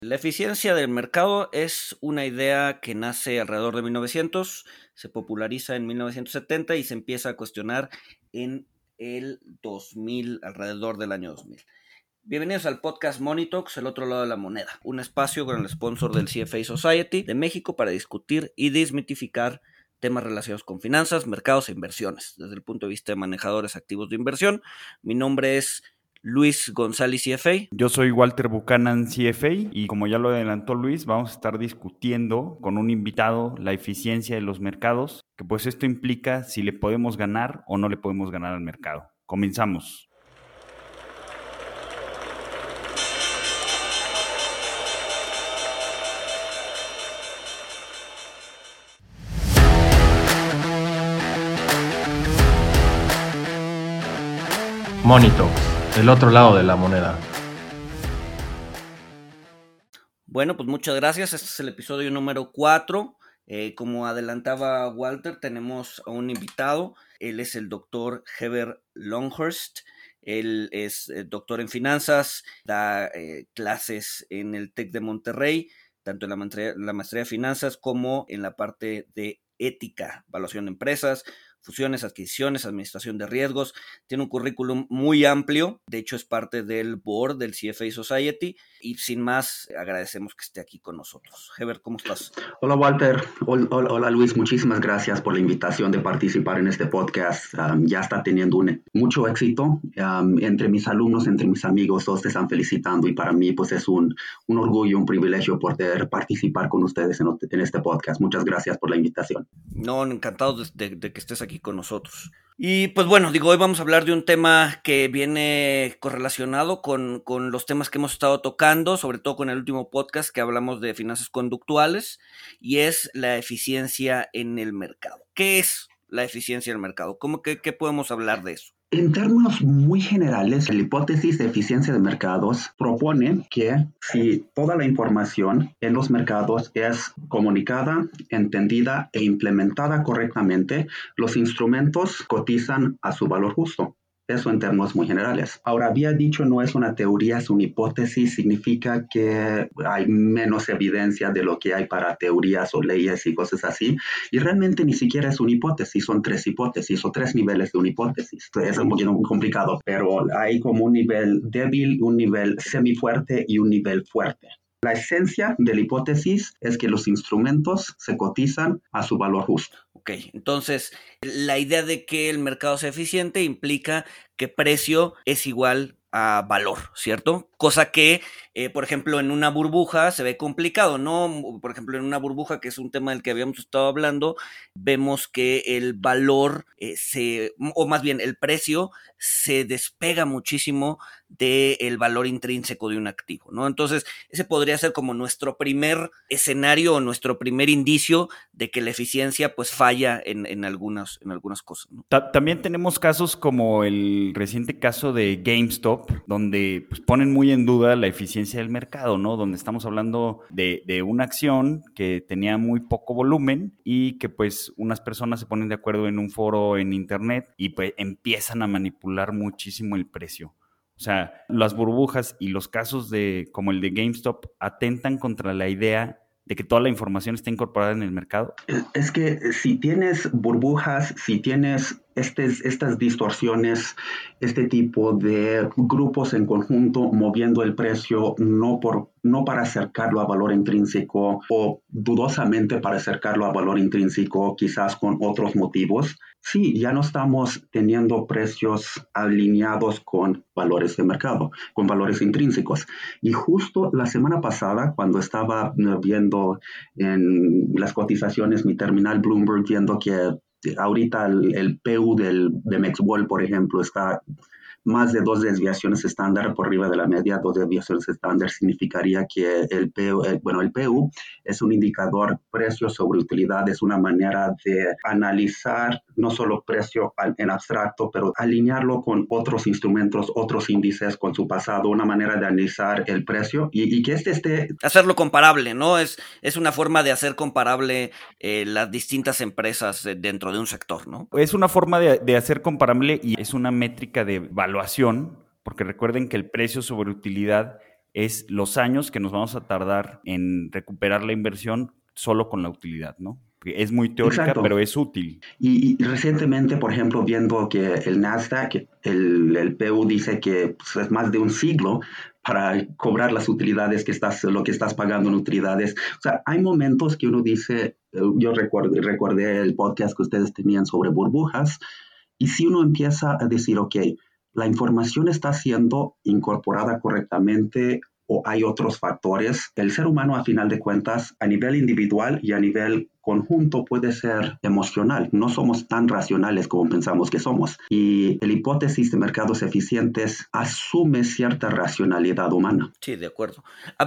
La eficiencia del mercado es una idea que nace alrededor de 1900, se populariza en 1970 y se empieza a cuestionar en el 2000, alrededor del año 2000. Bienvenidos al podcast Money Talks, el otro lado de la moneda, un espacio con el sponsor del CFA Society de México para discutir y desmitificar temas relacionados con finanzas, mercados e inversiones, desde el punto de vista de manejadores activos de inversión. Mi nombre es Luis González CFA. Yo soy Walter Buchanan CFA y como ya lo adelantó Luis, vamos a estar discutiendo con un invitado la eficiencia de los mercados, que pues esto implica si le podemos ganar o no le podemos ganar al mercado. Comenzamos. Money Talks, el otro lado de la moneda. Bueno, pues muchas gracias. Este es el episodio número 4. Como adelantaba Walter, tenemos a un invitado. Él es el doctor Heber Longhurst. Él es doctor en finanzas, da clases en el TEC de Monterrey, tanto en la maestría de finanzas como en la parte de ética, evaluación de empresas, fusiones, adquisiciones, administración de riesgos. Tiene un currículum muy amplio, de hecho es parte del board del CFA Society y sin más agradecemos que esté aquí con nosotros. Heber, ¿cómo estás? Hola Walter, hola Luis, muchísimas gracias por la invitación de participar en este podcast. Ya está teniendo mucho éxito entre mis alumnos, entre mis amigos, todos te están felicitando y para mí pues es un orgullo, un privilegio poder participar con ustedes en este podcast. Muchas gracias por la invitación. No, encantados de que estés aquí con nosotros. Y pues bueno, hoy vamos a hablar de un tema que viene correlacionado con los temas que hemos estado tocando, sobre todo con el último podcast que hablamos de finanzas conductuales, y es la eficiencia en el mercado. ¿Qué es la eficiencia en el mercado? ¿Qué podemos hablar de eso? En términos muy generales, la hipótesis de eficiencia de mercados propone que si toda la información en los mercados es comunicada, entendida e implementada correctamente, los instrumentos cotizan a su valor justo. Eso en términos muy generales. Ahora, había dicho, no es una teoría, es una hipótesis, significa que hay menos evidencia de lo que hay para teorías o leyes y cosas así. Y realmente ni siquiera es una hipótesis, son 3 hipótesis o 3 niveles de una hipótesis. Es un poquito complicado, pero hay como un nivel débil, un nivel semifuerte y un nivel fuerte. La esencia de la hipótesis es que los instrumentos se cotizan a su valor justo. Ok, entonces la idea de que el mercado sea eficiente implica que precio es igual a valor, ¿cierto? Cosa que, por ejemplo, en una burbuja se ve complicado, ¿no? Por ejemplo, en una burbuja, que es un tema del que habíamos estado hablando, vemos que el valor o más bien el precio se despega muchísimo del valor intrínseco de un activo, ¿no? Entonces, ese podría ser como nuestro primer escenario o nuestro primer indicio de que la eficiencia pues falla en algunas cosas, ¿no? También tenemos casos como el reciente caso de GameStop, donde pues, ponen muy en duda la eficiencia del mercado, ¿no? Donde estamos hablando de una acción que tenía muy poco volumen y que pues unas personas se ponen de acuerdo en un foro en internet y pues empiezan a manipular muchísimo el precio. O sea, las burbujas y los casos como el de GameStop atentan contra la idea de que toda la información está incorporada en el mercado. Es que si tienes burbujas, si tienes estas distorsiones, este tipo de grupos en conjunto moviendo el precio no para acercarlo a valor intrínseco o dudosamente para acercarlo a valor intrínseco, quizás con otros motivos, sí, ya no estamos teniendo precios alineados con valores de mercado, con valores intrínsecos. Y justo la semana pasada, cuando estaba viendo en las cotizaciones mi terminal Bloomberg, viendo que ahorita el PU de Mexwall, por ejemplo, está más de 2 desviaciones estándar por arriba de la media. 2 desviaciones estándar significaría que el PU es un indicador precio sobre utilidad, es una manera de analizar no solo precio en abstracto, pero alinearlo con otros instrumentos, otros índices, con su pasado, una manera de analizar el precio y que esté... Hacerlo comparable, ¿no? Es una forma de hacer comparable las distintas empresas dentro de un sector, ¿no? Es una forma de hacer comparable y es una métrica de evaluación, porque recuerden que el precio sobre utilidad es los años que nos vamos a tardar en recuperar la inversión solo con la utilidad, ¿no? Es muy teórica, Exacto. pero es útil. Y recientemente, por ejemplo, viendo que el Nasdaq, el PU dice que pues, es más de un siglo para cobrar las utilidades lo que estás pagando en utilidades. O sea, hay momentos que uno dice, yo recordé el podcast que ustedes tenían sobre burbujas, y si uno empieza a decir, ok, la información está siendo incorporada correctamente o hay otros factores, el ser humano a final de cuentas, a nivel individual y a nivel conjunto puede ser emocional. No somos tan racionales como pensamos que somos. Y la hipótesis de mercados eficientes asume cierta racionalidad humana. Sí, de acuerdo.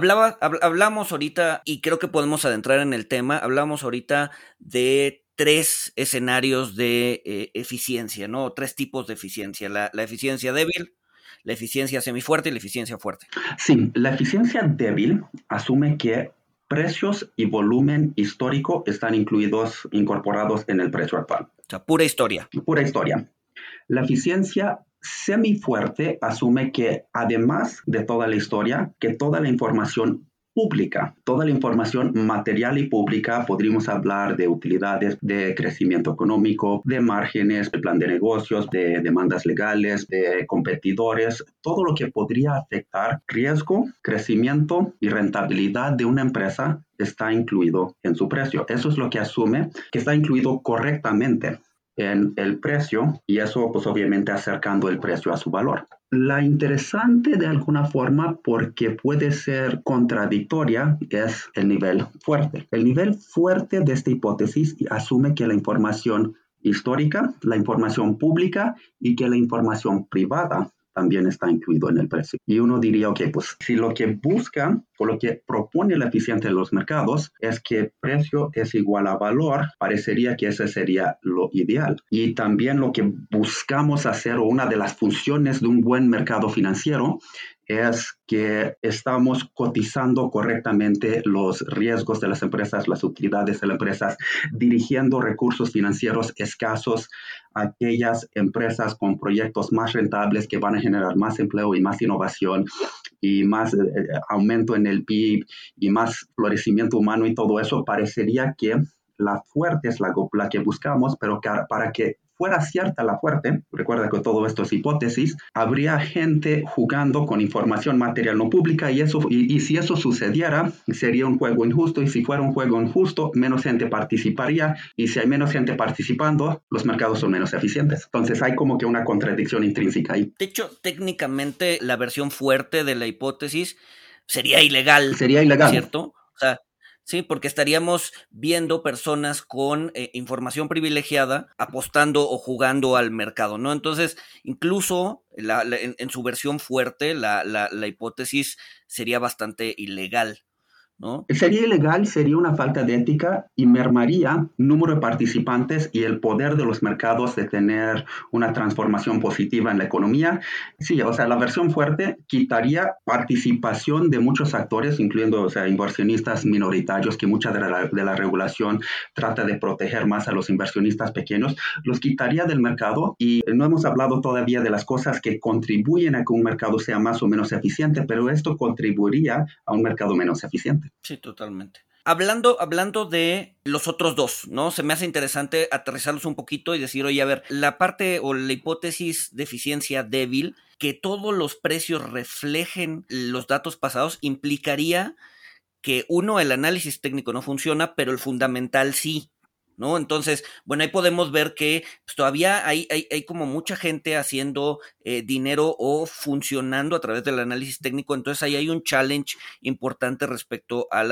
Hablamos ahorita, y creo que podemos adentrar en el tema, hablamos ahorita de 3 escenarios de eficiencia, ¿no? 3 tipos de eficiencia. La eficiencia débil, la eficiencia semifuerte y la eficiencia fuerte. Sí, la eficiencia débil asume que precios y volumen histórico están incorporados en el precio actual. O sea, pura historia. Pura historia. La eficiencia semifuerte asume que además de toda la historia, que toda la información pública, toda la información material y pública, podríamos hablar de utilidades, de crecimiento económico, de márgenes, de plan de negocios, de demandas legales, de competidores, todo lo que podría afectar riesgo, crecimiento y rentabilidad de una empresa está incluido en su precio. Eso es lo que asume que está incluido correctamente en el precio y eso pues obviamente acercando el precio a su valor. La interesante de alguna forma porque puede ser contradictoria es el nivel fuerte. El nivel fuerte de esta hipótesis asume que la información histórica, la información pública y que la información privada también está incluido en el precio. Y uno diría, ok, pues si lo que busca o lo que propone la eficiencia de los mercados es que precio es igual a valor, parecería que ese sería lo ideal. Y también lo que buscamos hacer o una de las funciones de un buen mercado financiero es que estamos cotizando correctamente los riesgos de las empresas, las utilidades de las empresas, dirigiendo recursos financieros escasos a aquellas empresas con proyectos más rentables que van a generar más empleo y más innovación y más aumento en el PIB y más florecimiento humano y todo eso. Parecería que la fuerte es la que buscamos, pero para que fuera cierta la fuerte, recuerda que todo esto es hipótesis, habría gente jugando con información material no pública y si eso sucediera, sería un juego injusto y si fuera un juego injusto, menos gente participaría y si hay menos gente participando, los mercados son menos eficientes. Entonces hay como que una contradicción intrínseca ahí. De hecho, técnicamente la versión fuerte de la hipótesis sería ilegal. Sería ilegal. ¿Cierto? O sea, sí, porque estaríamos viendo personas con información privilegiada apostando o jugando al mercado, ¿no? Entonces, incluso en su versión fuerte, la hipótesis sería bastante ilegal, ¿no? Sería ilegal, sería una falta de ética y mermaría número de participantes y el poder de los mercados de tener una transformación positiva en la economía. Sí, o sea, la versión fuerte quitaría participación de muchos actores, incluyendo, o sea, inversionistas minoritarios, que mucha de la regulación trata de proteger más a los inversionistas pequeños, los quitaría del mercado y no hemos hablado todavía de las cosas que contribuyen a que un mercado sea más o menos eficiente, pero esto contribuiría a un mercado menos eficiente. Sí, totalmente. Hablando de los otros dos, ¿no? Se me hace interesante aterrizarlos un poquito y decir, oye, a ver, la parte o la hipótesis de eficiencia débil, que todos los precios reflejen los datos pasados, implicaría que el análisis técnico no funciona, pero el fundamental sí, ¿no? Entonces, bueno, ahí podemos ver que pues, todavía hay como mucha gente haciendo dinero o funcionando a través del análisis técnico, entonces ahí hay un challenge importante respecto a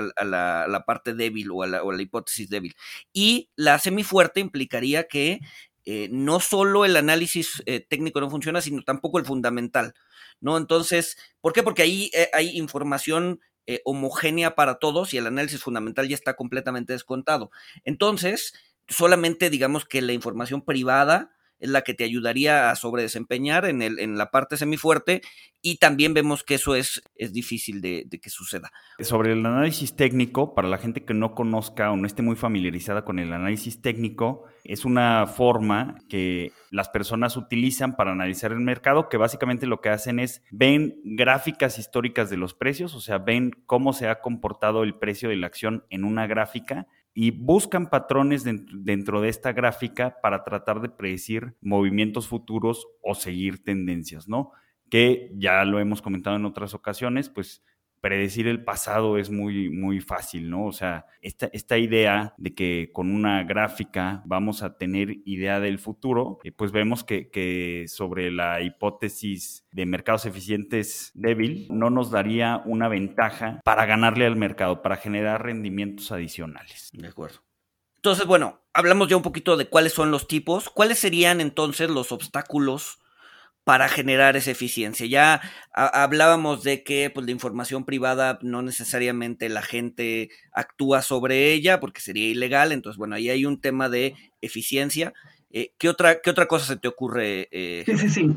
la parte débil o a la hipótesis débil. Y la semifuerte implicaría que no solo el análisis técnico no funciona, sino tampoco el fundamental, ¿no? Entonces, ¿por qué? Porque ahí hay información homogénea para todos y el análisis fundamental ya está completamente descontado. Entonces, solamente digamos que la información privada es la que te ayudaría a sobredesempeñar en la parte semifuerte, y también vemos que eso es difícil de que suceda. Sobre el análisis técnico, para la gente que no conozca o no esté muy familiarizada con el análisis técnico, es una forma que las personas utilizan para analizar el mercado, que básicamente lo que hacen es ven gráficas históricas de los precios, o sea, ven cómo se ha comportado el precio de la acción en una gráfica y buscan patrones dentro de esta gráfica para tratar de predecir movimientos futuros o seguir tendencias, ¿no? Que ya lo hemos comentado en otras ocasiones, pues predecir el pasado es muy, muy fácil, ¿no? O sea, esta idea de que con una gráfica vamos a tener idea del futuro, pues vemos que sobre la hipótesis de mercados eficientes débil no nos daría una ventaja para ganarle al mercado, para generar rendimientos adicionales. De acuerdo. Entonces, bueno, hablamos ya un poquito de cuáles son los tipos. ¿Cuáles serían entonces los obstáculos para generar esa eficiencia? Ya hablábamos de que pues, la información privada no necesariamente la gente actúa sobre ella porque sería ilegal. Entonces, bueno, ahí hay un tema de eficiencia. ¿Qué otra cosa se te ocurre? Sí.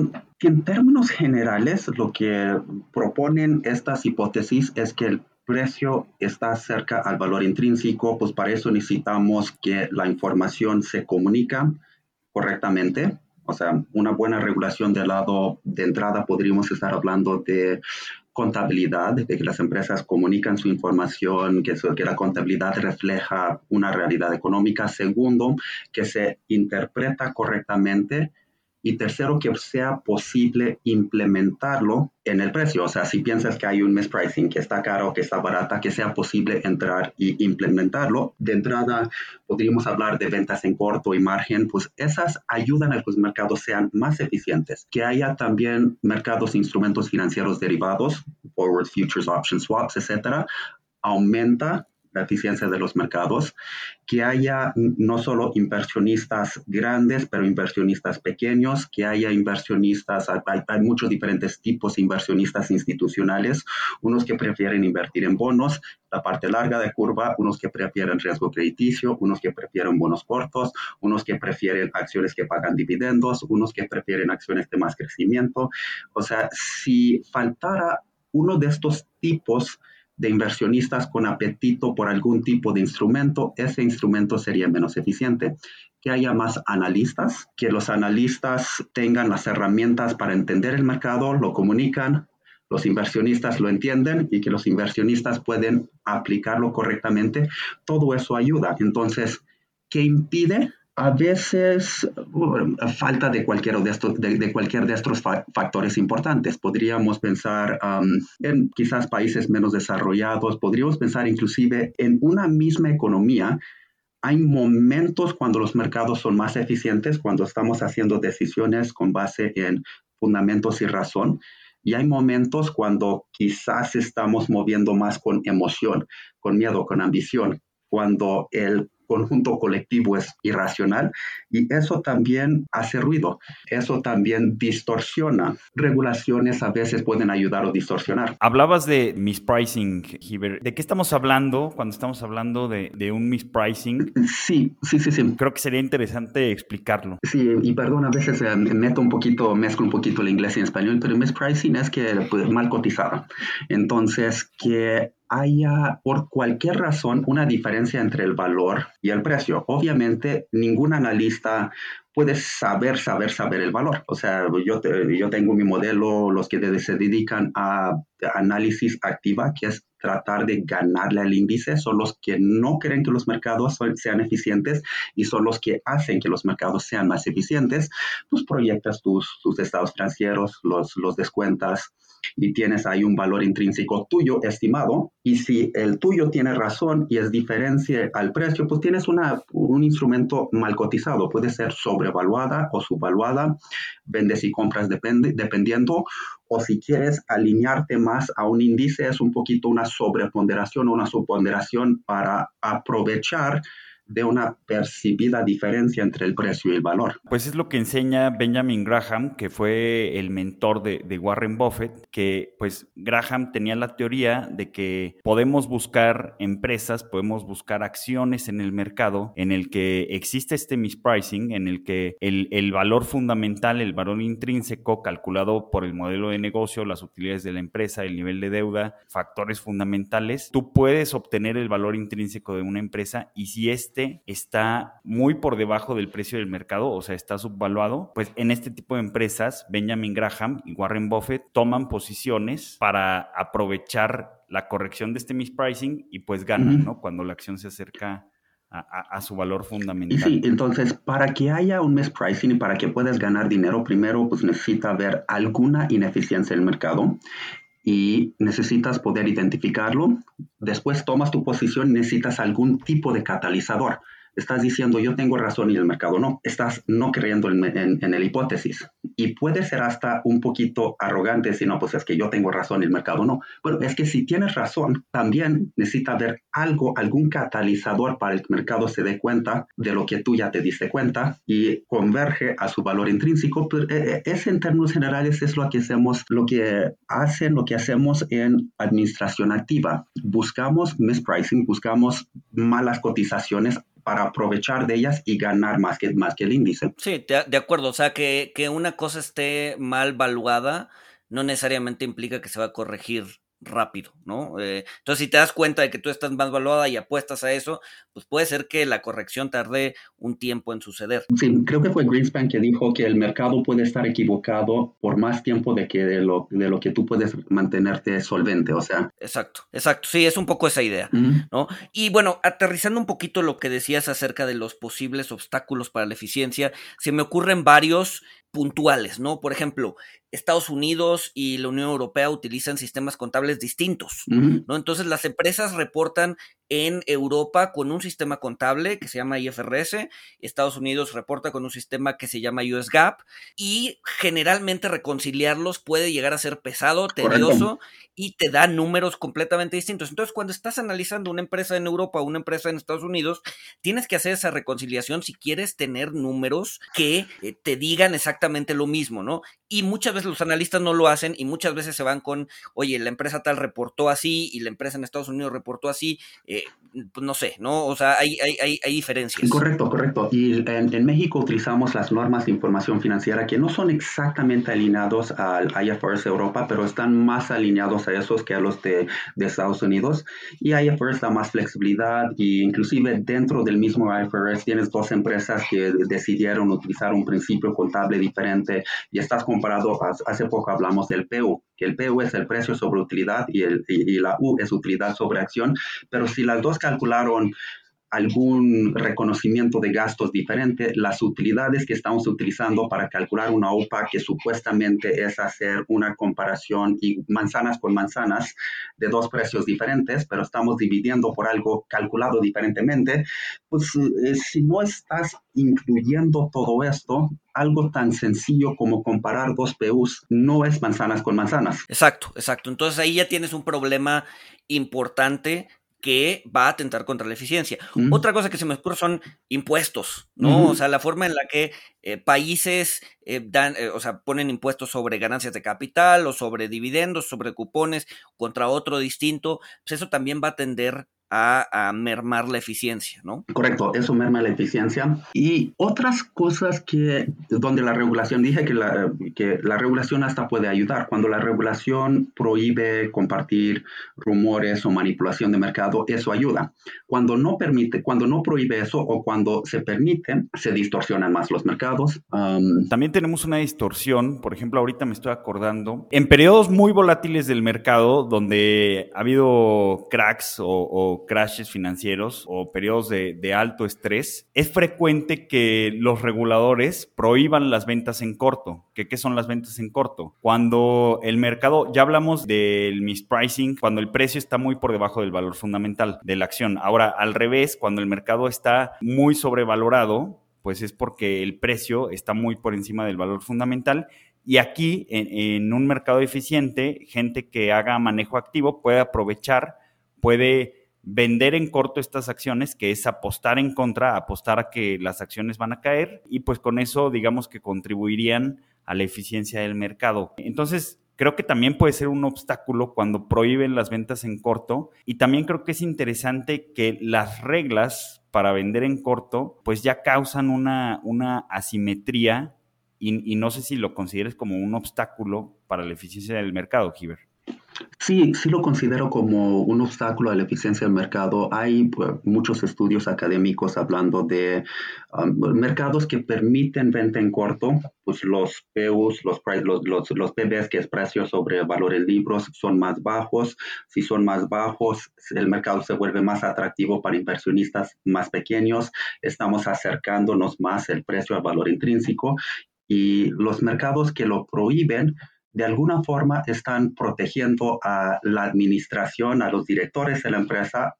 En términos generales, lo que proponen estas hipótesis es que el precio está cerca al valor intrínseco, pues para eso necesitamos que la información se comunica correctamente. O sea, una buena regulación del lado de entrada podríamos estar hablando de contabilidad, de que las empresas comunican su información, que la contabilidad refleja una realidad económica. Segundo, que se interpreta correctamente. Y tercero, que sea posible implementarlo en el precio. O sea, si piensas que hay un mispricing, que está caro, que está barata, que sea posible entrar y implementarlo. De entrada, podríamos hablar de ventas en corto y margen, pues esas ayudan a que los mercados sean más eficientes. Que haya también mercados de instrumentos financieros derivados, forwards, futures, options, swaps, etcétera, aumenta la eficiencia de los mercados, que haya no solo inversionistas grandes, pero inversionistas pequeños, que haya inversionistas, hay muchos diferentes tipos de inversionistas institucionales, unos que prefieren invertir en bonos, la parte larga de curva, unos que prefieren riesgo crediticio, unos que prefieren bonos cortos, unos que prefieren acciones que pagan dividendos, unos que prefieren acciones de más crecimiento. O sea, si faltara uno de estos tipos de inversionistas con apetito por algún tipo de instrumento, ese instrumento sería menos eficiente. Que haya más analistas, que los analistas tengan las herramientas para entender el mercado, lo comunican, los inversionistas lo entienden y que los inversionistas pueden aplicarlo correctamente. Todo eso ayuda. Entonces, ¿qué impide? A veces falta de cualquier de estos factores importantes. Podríamos pensar en quizás países menos desarrollados, podríamos pensar inclusive en una misma economía. Hay momentos cuando los mercados son más eficientes, cuando estamos haciendo decisiones con base en fundamentos y razón, y hay momentos cuando quizás estamos moviendo más con emoción, con miedo, con ambición, cuando el conjunto colectivo es irracional, y eso también hace ruido, eso también distorsiona. Regulaciones a veces pueden ayudar o distorsionar. Hablabas de mispricing, Hiver. ¿De qué estamos hablando cuando estamos hablando de un mispricing? Sí. Creo que sería interesante explicarlo. Sí, y perdón, a veces mezclo un poquito el inglés y el español, pero mispricing es que pues, mal cotizado. Entonces, que haya por cualquier razón una diferencia entre el valor y el precio. Obviamente, ningún analista puede saber el valor. O sea, yo tengo mi modelo, los que se dedican a análisis activa, que es tratar de ganarle al índice, son los que no creen que los mercados sean eficientes y son los que hacen que los mercados sean más eficientes. Pues proyectas tus estados financieros, los descuentas, y tienes ahí un valor intrínseco tuyo estimado, y si el tuyo tiene razón y es diferencia al precio, pues tienes un instrumento mal cotizado, puede ser sobrevaluada o subvaluada, vendes y compras dependiendo, o si quieres alinearte más a un índice, es un poquito una sobreponderación o una subponderación para aprovechar de una percibida diferencia entre el precio y el valor. Pues es lo que enseña Benjamin Graham, que fue el mentor de Warren Buffett, que pues Graham tenía la teoría de que podemos buscar empresas, podemos buscar acciones en el mercado en el que existe este mispricing, en el que el valor fundamental, el valor intrínseco calculado por el modelo de negocio, las utilidades de la empresa, el nivel de deuda, factores fundamentales, tú puedes obtener el valor intrínseco de una empresa y si este está muy por debajo del precio del mercado, o sea, está subvaluado, pues en este tipo de empresas, Benjamin Graham y Warren Buffett toman posiciones para aprovechar la corrección de este mispricing y pues ganan, ¿no? Cuando la acción se acerca a su valor fundamental. Y sí, entonces, para que haya un mispricing y para que puedas ganar dinero, primero pues necesita haber alguna ineficiencia en el mercado y necesitas poder identificarlo. Después tomas tu posición y necesitas algún tipo de catalizador. Estás diciendo yo tengo razón y el mercado no. Estás no creyendo en el hipótesis. Y puede ser hasta un poquito arrogante si no, pues es que yo tengo razón y el mercado no. Bueno, es que si tienes razón, también necesita haber algún catalizador para que el mercado se dé cuenta de lo que tú ya te diste cuenta y converge a su valor intrínseco. Pero es en términos generales es lo que hacemos, lo que hacemos en administración activa. Buscamos mispricing, buscamos malas cotizaciones para aprovechar de ellas y ganar más que el índice. Sí, de acuerdo. O sea, que una cosa esté mal valuada no necesariamente implica que se va a corregir rápido, ¿no? Entonces, si te das cuenta de que tú estás más valuada y apuestas a eso, pues puede ser que la corrección tarde un tiempo en suceder. Sí, creo que fue Greenspan que dijo que el mercado puede estar equivocado por más tiempo de lo que tú puedes mantenerte solvente, o sea. Exacto. Sí, es un poco esa idea, ¿no? Y bueno, aterrizando un poquito lo que decías acerca de los posibles obstáculos para la eficiencia, se me ocurren varios puntuales, ¿no? Por ejemplo, Estados Unidos y la Unión Europea utilizan sistemas contables distintos, ¿no? Entonces las empresas reportan en Europa con un sistema contable que se llama IFRS, Estados Unidos reporta con un sistema que se llama US GAAP y generalmente reconciliarlos puede llegar a ser pesado, tedioso. Correcto. Y te da números completamente distintos. Entonces, cuando estás analizando una empresa en Europa o una empresa en Estados Unidos, tienes que hacer esa reconciliación si quieres tener números que te digan exactamente lo mismo, ¿no? Y muchas veces los analistas no lo hacen y muchas veces se van con, oye, la empresa tal reportó así y la empresa en Estados Unidos reportó así, pues no sé, ¿no? O sea, hay diferencias. Correcto. Y en México utilizamos las normas de información financiera que no son exactamente alineados al IFRS Europa, pero están más alineados a esos que a los de Estados Unidos. Y IFRS da más flexibilidad e inclusive dentro del mismo IFRS tienes dos empresas que decidieron utilizar un principio contable diferente y estás comparado, hace poco hablamos del PU, que el PU es el precio sobre utilidad y la U es utilidad sobre acción, pero si las dos calcularon algún reconocimiento de gastos diferente, las utilidades que estamos utilizando para calcular una UPA, que supuestamente es hacer una comparación y manzanas con manzanas de dos precios diferentes, pero estamos dividiendo por algo calculado diferentemente, pues si no estás incluyendo todo esto, algo tan sencillo como comparar dos PUs no es manzanas con manzanas. Exacto. Entonces ahí ya tienes un problema importante que va a atentar contra la eficiencia. Otra cosa que se me ocurre son impuestos, ¿no? O sea, la forma en la que países ponen impuestos sobre ganancias de capital o sobre dividendos, sobre cupones contra otro distinto, pues eso también va a tender a mermar la eficiencia, ¿no? Correcto, eso merma la eficiencia. Y otras cosas donde la regulación, dije que la regulación hasta puede ayudar. Cuando la regulación prohíbe compartir rumores o manipulación de mercado, eso ayuda. Cuando no prohíbe eso o cuando se permite, se distorsionan más los mercados. También tenemos una distorsión, por ejemplo, ahorita me estoy acordando, en periodos muy volátiles del mercado, donde ha habido cracks o crashes financieros o periodos de alto estrés, es frecuente que los reguladores prohíban las ventas en corto. ¿Qué son las ventas en corto? Cuando el mercado, ya hablamos del mispricing, cuando el precio está muy por debajo del valor fundamental de la acción. Ahora, al revés, cuando el mercado está muy sobrevalorado, pues es porque el precio está muy por encima del valor fundamental. Y aquí, en un mercado eficiente, gente que haga manejo activo puede aprovechar, puede vender en corto estas acciones, que es apostar en contra, apostar a que las acciones van a caer, y pues con eso digamos que contribuirían a la eficiencia del mercado. Entonces, creo que también puede ser un obstáculo cuando prohíben las ventas en corto, y también creo que es interesante que las reglas para vender en corto pues ya causan una asimetría, y no sé si lo consideres como un obstáculo para la eficiencia del mercado, Giver. Sí, sí lo considero como un obstáculo a la eficiencia del mercado. Hay muchos estudios académicos hablando de mercados que permiten venta en corto, pues los PUs, los PBs, que es precio sobre valor en libros, son más bajos. Si son más bajos, el mercado se vuelve más atractivo para inversionistas más pequeños. Estamos acercándonos más el precio al valor intrínseco, y los mercados que lo prohíben de alguna forma están protegiendo a la administración, a los directores de la empresa,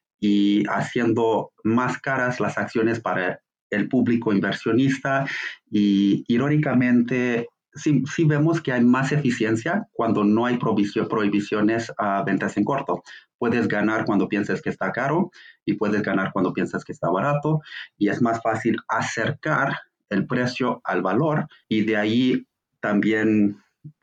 y haciendo más caras las acciones para el público inversionista. Y irónicamente, sí vemos que hay más eficiencia cuando no hay prohibiciones a ventas en corto. Puedes ganar cuando piensas que está caro y puedes ganar cuando piensas que está barato, y es más fácil acercar el precio al valor, y de ahí también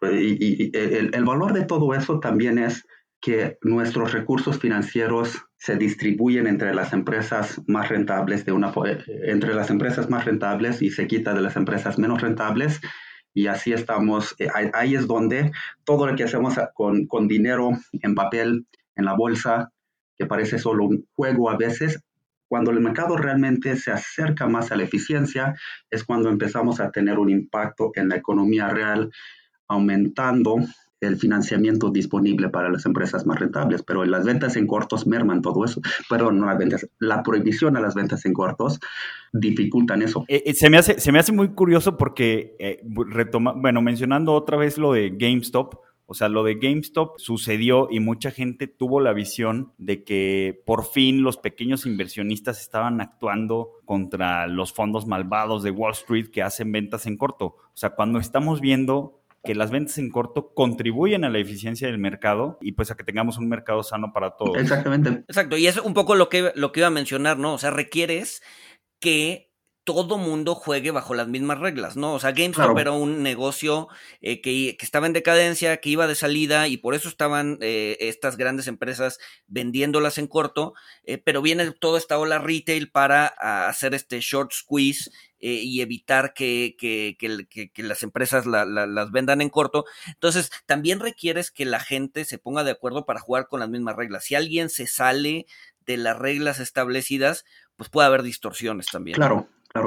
y el valor de todo eso también es que nuestros recursos financieros se distribuyen entre las empresas más rentables entre las empresas más rentables, y se quita de las empresas menos rentables, y así estamos. Ahí es donde todo lo que hacemos con dinero en papel, en la bolsa, que parece solo un juego a veces, cuando el mercado realmente se acerca más a la eficiencia, es cuando empezamos a tener un impacto en la economía real, aumentando el financiamiento disponible para las empresas más rentables. Pero las ventas en cortos merman todo eso. Perdón, no las ventas. La prohibición a las ventas en cortos dificultan eso. Se me hace muy curioso porque, mencionando otra vez lo de GameStop, o sea, lo de GameStop sucedió y mucha gente tuvo la visión de que por fin los pequeños inversionistas estaban actuando contra los fondos malvados de Wall Street que hacen ventas en corto. O sea, cuando estamos viendo que las ventas en corto contribuyen a la eficiencia del mercado y pues a que tengamos un mercado sano para todos. Exactamente. Exacto, y es un poco lo que iba a mencionar, ¿no? O sea, requieres que todo mundo juegue bajo las mismas reglas, ¿no? O sea, GameStop era un negocio que estaba en decadencia, que iba de salida, y por eso estaban estas grandes empresas vendiéndolas en corto, pero viene toda esta ola retail para hacer este short squeeze y evitar que las empresas las vendan en corto. Entonces, también requieres que la gente se ponga de acuerdo para jugar con las mismas reglas. Si alguien se sale de las reglas establecidas, pues puede haber distorsiones también. Claro.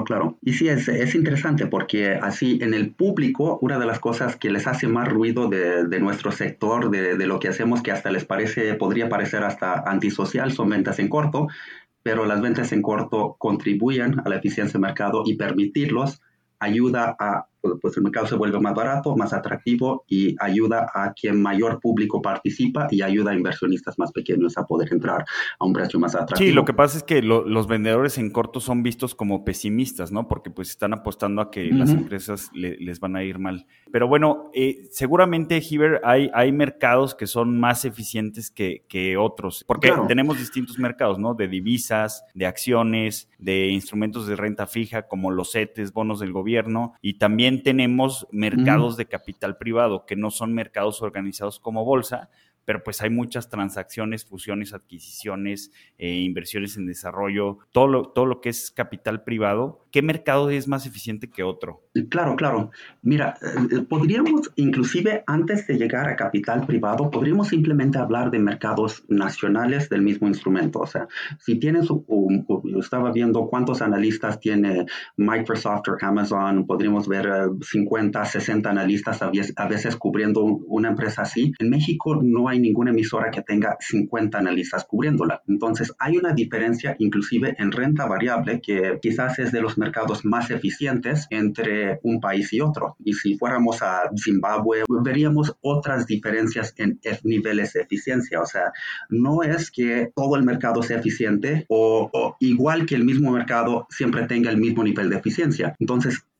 Y sí, es interesante porque así en el público, una de las cosas que les hace más ruido de nuestro sector, de lo que hacemos, que hasta podría parecer hasta antisocial, son ventas en corto, pero las ventas en corto contribuyen a la eficiencia del mercado, y permitirlos ayuda a, pues el mercado se vuelve más barato, más atractivo, y ayuda a que mayor público participa, y ayuda a inversionistas más pequeños a poder entrar a un precio más atractivo. Sí, lo que pasa es que los vendedores en corto son vistos como pesimistas, ¿no? Porque pues están apostando a que las empresas les van a ir mal. Pero bueno, seguramente, Giver, hay mercados que son más eficientes que otros, porque tenemos distintos mercados, ¿no? De divisas, de acciones, de instrumentos de renta fija como los CETES, bonos del gobierno, y también tenemos mercados de capital privado que no son mercados organizados como bolsa, pero pues hay muchas transacciones, fusiones, adquisiciones, inversiones en desarrollo, todo lo que es capital privado. ¿Qué mercado es más eficiente que otro? Claro. Mira, podríamos, inclusive antes de llegar a capital privado, podríamos simplemente hablar de mercados nacionales del mismo instrumento. O sea, si tienes, yo estaba viendo cuántos analistas tiene Microsoft o Amazon, podríamos ver 50, 60 analistas a veces cubriendo una empresa así. En México no hay ninguna emisora que tenga 50 analistas cubriéndola. Entonces, hay una diferencia inclusive en renta variable, que quizás es de los mercados más eficientes entre un país y otro. Y si fuéramos a Zimbabue, veríamos otras diferencias en niveles de eficiencia. O sea, no es que todo el mercado sea eficiente o igual que el mismo mercado siempre tenga el mismo nivel de eficiencia. Entonces,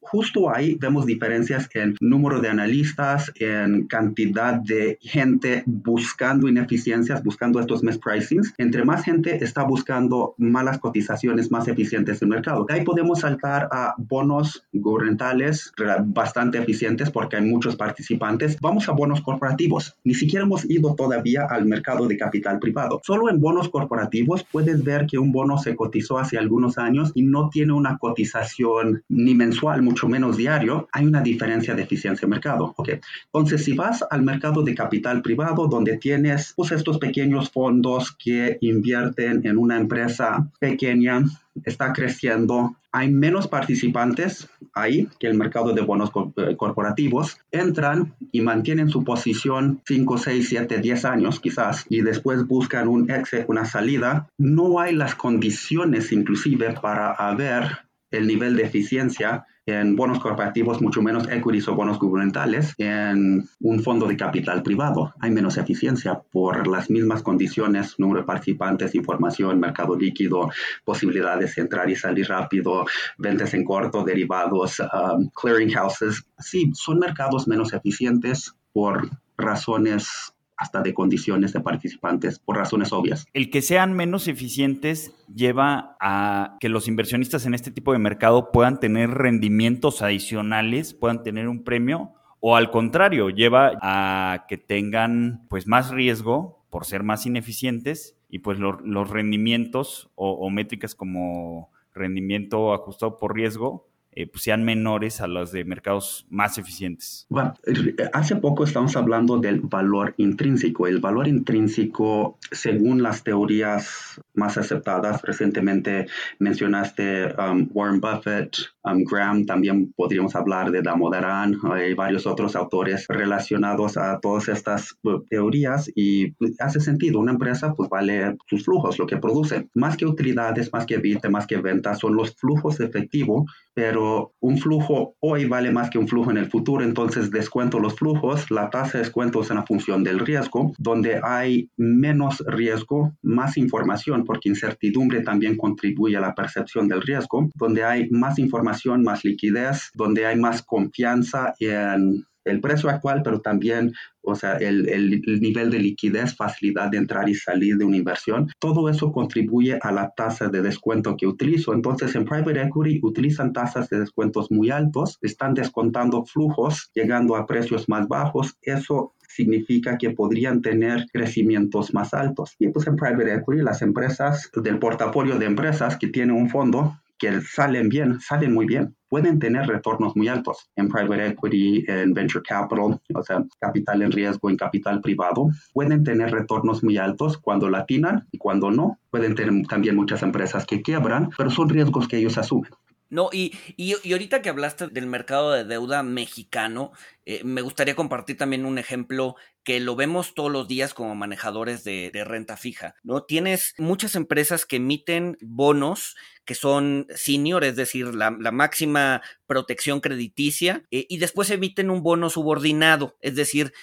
justo ahí vemos diferencias en número de analistas, en cantidad de gente buscando ineficiencias, buscando estos mispricings. Entre más gente está buscando malas cotizaciones más eficientes del mercado. Ahí podemos saltar a bonos gubernamentales bastante eficientes porque hay muchos participantes. Vamos a bonos corporativos. Ni siquiera hemos ido todavía al mercado de capital privado. Solo en bonos corporativos puedes ver que un bono se cotizó hace algunos años y no tiene una cotización ni mensual, mucho menos diario. Hay una diferencia de eficiencia de mercado. Okay. Entonces, si vas al mercado de capital privado, donde tienes pues, estos pequeños fondos que invierten en una empresa pequeña, está creciendo, hay menos participantes ahí que el mercado de bonos corporativos, entran y mantienen su posición 5, 6, 7, 10 años quizás, y después buscan un exit, una salida. No hay las condiciones inclusive para ver el nivel de eficiencia en bonos corporativos, mucho menos equities o bonos gubernamentales, en un fondo de capital privado. Hay menos eficiencia por las mismas condiciones, número de participantes, información, mercado líquido, posibilidades de entrar y salir rápido, ventas en corto, derivados, clearing houses. Sí, son mercados menos eficientes por razones hasta de condiciones de participantes, por razones obvias. El que sean menos eficientes lleva a que los inversionistas en este tipo de mercado puedan tener rendimientos adicionales, puedan tener un premio, o al contrario, lleva a que tengan pues más riesgo por ser más ineficientes y pues los rendimientos o métricas como rendimiento ajustado por riesgo pues sean menores a los de mercados más eficientes. Bueno, hace poco estamos hablando del valor intrínseco. El valor intrínseco, según las teorías más aceptadas, recientemente mencionaste Warren Buffett, Graham, también podríamos hablar de Damodaran, hay varios otros autores relacionados a todas estas teorías y hace sentido. Una empresa pues vale sus flujos, lo que produce. Más que utilidades, más que EBITDA, más que ventas, son los flujos de efectivo, pero un flujo hoy vale más que un flujo en el futuro, entonces descuento los flujos, la tasa de descuento es una función del riesgo, donde hay menos riesgo, más información, porque incertidumbre también contribuye a la percepción del riesgo, donde hay más información, más liquidez, donde hay más confianza en el precio actual, pero también, o sea, el nivel de liquidez, facilidad de entrar y salir de una inversión, todo eso contribuye a la tasa de descuento que utilizo. Entonces, en Private Equity utilizan tasas de descuentos muy altos, están descontando flujos, llegando a precios más bajos. Eso significa que podrían tener crecimientos más altos. Y pues en Private Equity, las empresas del portafolio de empresas que tienen un fondo que salen bien, salen muy bien, pueden tener retornos muy altos en private equity, en venture capital, o sea, capital en riesgo, en capital privado, pueden tener retornos muy altos cuando latinan y cuando no. Pueden tener también muchas empresas que quiebran, pero son riesgos que ellos asumen. No, y ahorita que hablaste del mercado de deuda mexicano, me gustaría compartir también un ejemplo que lo vemos todos los días como manejadores de renta fija, ¿no? Tienes muchas empresas que emiten bonos que son senior, es decir, la máxima protección crediticia, y después emiten un bono subordinado, es decir,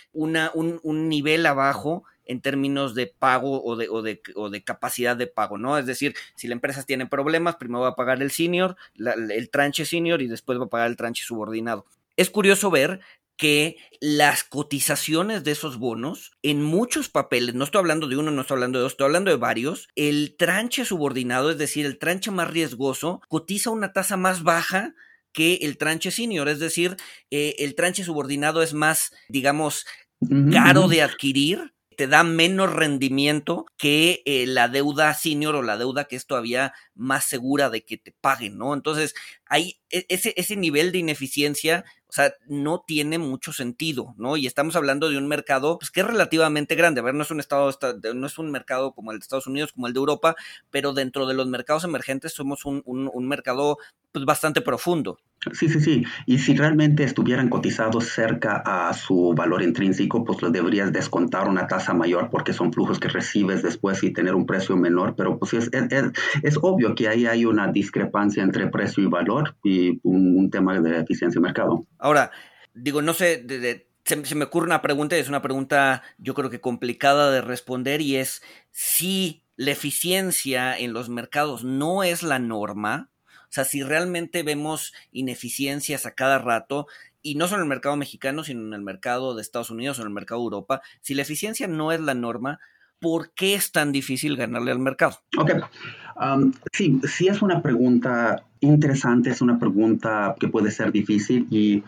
un nivel abajo en términos de pago o de capacidad de pago, ¿no? Es decir, si la empresa tiene problemas, primero va a pagar el senior, el tranche senior y después va a pagar el tranche subordinado. Es curioso ver que las cotizaciones de esos bonos, en muchos papeles, no estoy hablando de uno, no estoy hablando de dos, estoy hablando de varios, el tranche subordinado, es decir, el tranche más riesgoso, cotiza una tasa más baja que el tranche senior, es decir, el tranche subordinado es más, digamos, caro de adquirir, te da menos rendimiento que la deuda senior o la deuda que es todavía más segura de que te paguen, ¿no? Entonces, hay ese nivel de ineficiencia, o sea, no tiene mucho sentido, ¿no? Y estamos hablando de un mercado pues, que es relativamente grande. A ver, no es un mercado como el de Estados Unidos, como el de Europa, pero dentro de los mercados emergentes somos un mercado pues, bastante profundo. Sí. Y si realmente estuvieran cotizados cerca a su valor intrínseco, pues lo deberías descontar una tasa mayor porque son flujos que recibes después y tener un precio menor. Pero pues es obvio que ahí hay una discrepancia entre precio y valor y un tema de eficiencia de mercado. Ahora, digo, no sé, se me ocurre una pregunta y es una pregunta yo creo que complicada de responder y es si la eficiencia en los mercados no es la norma. O sea, si realmente vemos ineficiencias a cada rato, y no solo en el mercado mexicano, sino en el mercado de Estados Unidos o en el mercado de Europa, si la eficiencia no es la norma, ¿por qué es tan difícil ganarle al mercado? Ok, sí es una pregunta interesante, es una pregunta que puede ser difícil y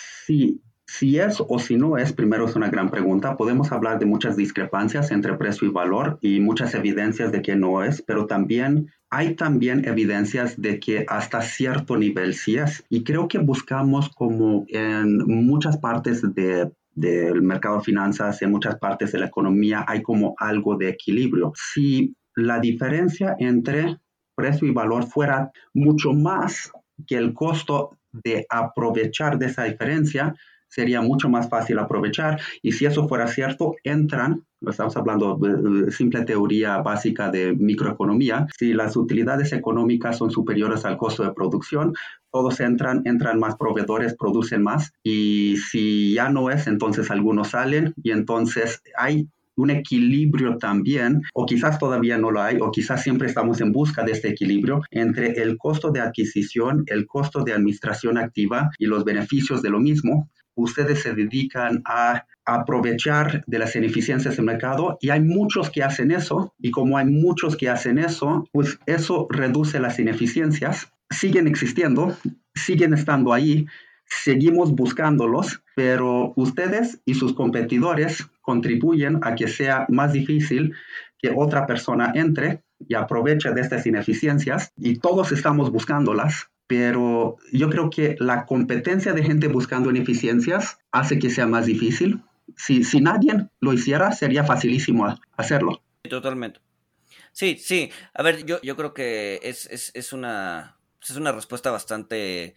si es o si no es, primero es una gran pregunta. Podemos hablar de muchas discrepancias entre precio y valor y muchas evidencias de que no es, pero hay también evidencias de que hasta cierto nivel sí es. Y creo que buscamos como en muchas partes del mercado de finanzas, en muchas partes de la economía, hay como algo de equilibrio. Si la diferencia entre precio y valor fuera mucho más que el costo de aprovechar de esa diferencia, sería mucho más fácil aprovechar. Y si eso fuera cierto, estamos hablando de simple teoría básica de microeconomía, si las utilidades económicas son superiores al costo de producción, todos entran más proveedores, producen más, y si ya no es, entonces algunos salen, y entonces hay un equilibrio también, o quizás todavía no lo hay, o quizás siempre estamos en busca de este equilibrio entre el costo de adquisición, el costo de administración activa y los beneficios de lo mismo. Ustedes se dedican a aprovechar de las ineficiencias del mercado y hay muchos que hacen eso, y como hay muchos que hacen eso, pues eso reduce las ineficiencias, siguen existiendo, siguen estando ahí, seguimos buscándolos, pero ustedes y sus competidores contribuyen a que sea más difícil que otra persona entre y aproveche de estas ineficiencias, y todos estamos buscándolas. Pero yo creo que la competencia de gente buscando ineficiencias hace que sea más difícil. Si nadie lo hiciera, sería facilísimo hacerlo. Totalmente. Sí. A ver, yo creo que es una respuesta bastante,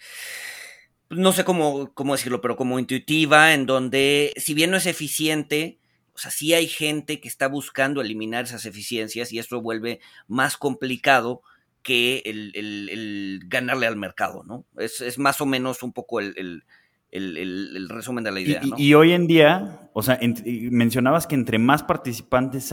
no sé cómo decirlo, pero como intuitiva, en donde, si bien no es eficiente, o sea, sí hay gente que está buscando eliminar esas eficiencias, y esto vuelve más complicado que el ganarle al mercado, ¿no? Es más o menos un poco el resumen de la idea, ¿no? Y hoy en día, o sea, mencionabas que entre más participantes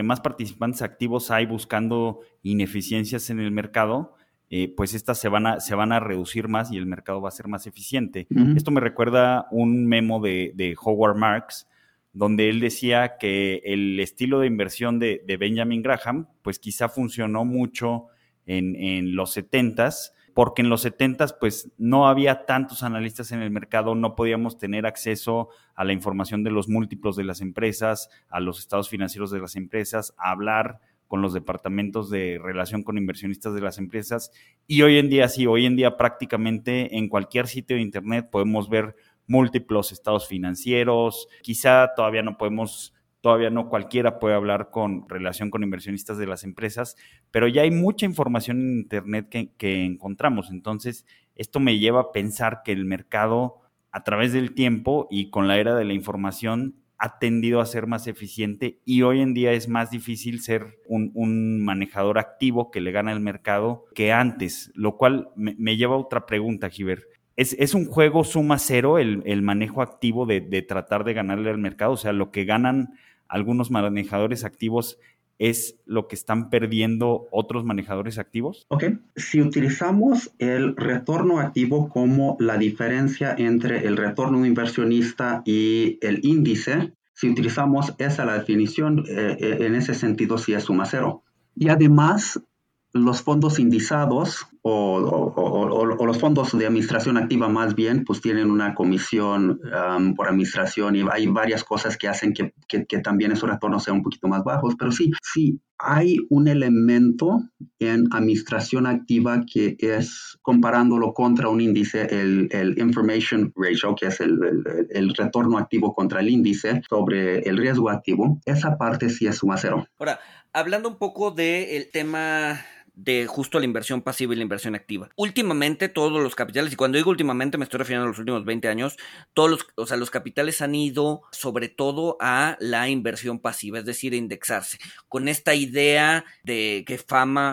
activos hay buscando ineficiencias en el mercado, pues estas se van a reducir más y el mercado va a ser más eficiente. Uh-huh. Esto me recuerda un memo de Howard Marks, donde él decía que el estilo de inversión de Benjamin Graham, pues quizá funcionó mucho en los 70s, porque en los 70s pues no había tantos analistas en el mercado, no podíamos tener acceso a la información de los múltiplos de las empresas, a los estados financieros de las empresas, a hablar con los departamentos de relación con inversionistas de las empresas. Y hoy en día sí, hoy en día prácticamente en cualquier sitio de internet podemos ver múltiplos estados financieros. Quizá todavía no cualquiera puede hablar con relación con inversionistas de las empresas, pero ya hay mucha información en internet que encontramos. Entonces, esto me lleva a pensar que el mercado, a través del tiempo y con la era de la información, ha tendido a ser más eficiente, y hoy en día es más difícil ser un manejador activo que le gana al mercado que antes, lo cual me lleva a otra pregunta, Giver. ¿Es un juego suma cero el manejo activo de tratar de ganarle al mercado? O sea, lo que ganan algunos manejadores activos es lo que están perdiendo otros manejadores activos. Ok, si utilizamos el retorno activo como la diferencia entre el retorno de un inversionista y el índice, si utilizamos esa la definición, en ese sentido sí es suma cero. Y además, los fondos indizados o los fondos de administración activa más bien, pues tienen una comisión por administración, y hay varias cosas que hacen que también esos retornos sean un poquito más bajos, pero sí hay un elemento en administración activa que es, comparándolo contra un índice, el information ratio, que es el retorno activo contra el índice sobre el riesgo activo, esa parte sí es suma cero. Ahora, hablando un poco del tema de justo la inversión pasiva y la inversión activa. Últimamente todos los capitales, y cuando digo últimamente me estoy refiriendo a los últimos 20 años, los capitales han ido sobre todo a la inversión pasiva, es decir, a indexarse, con esta idea de que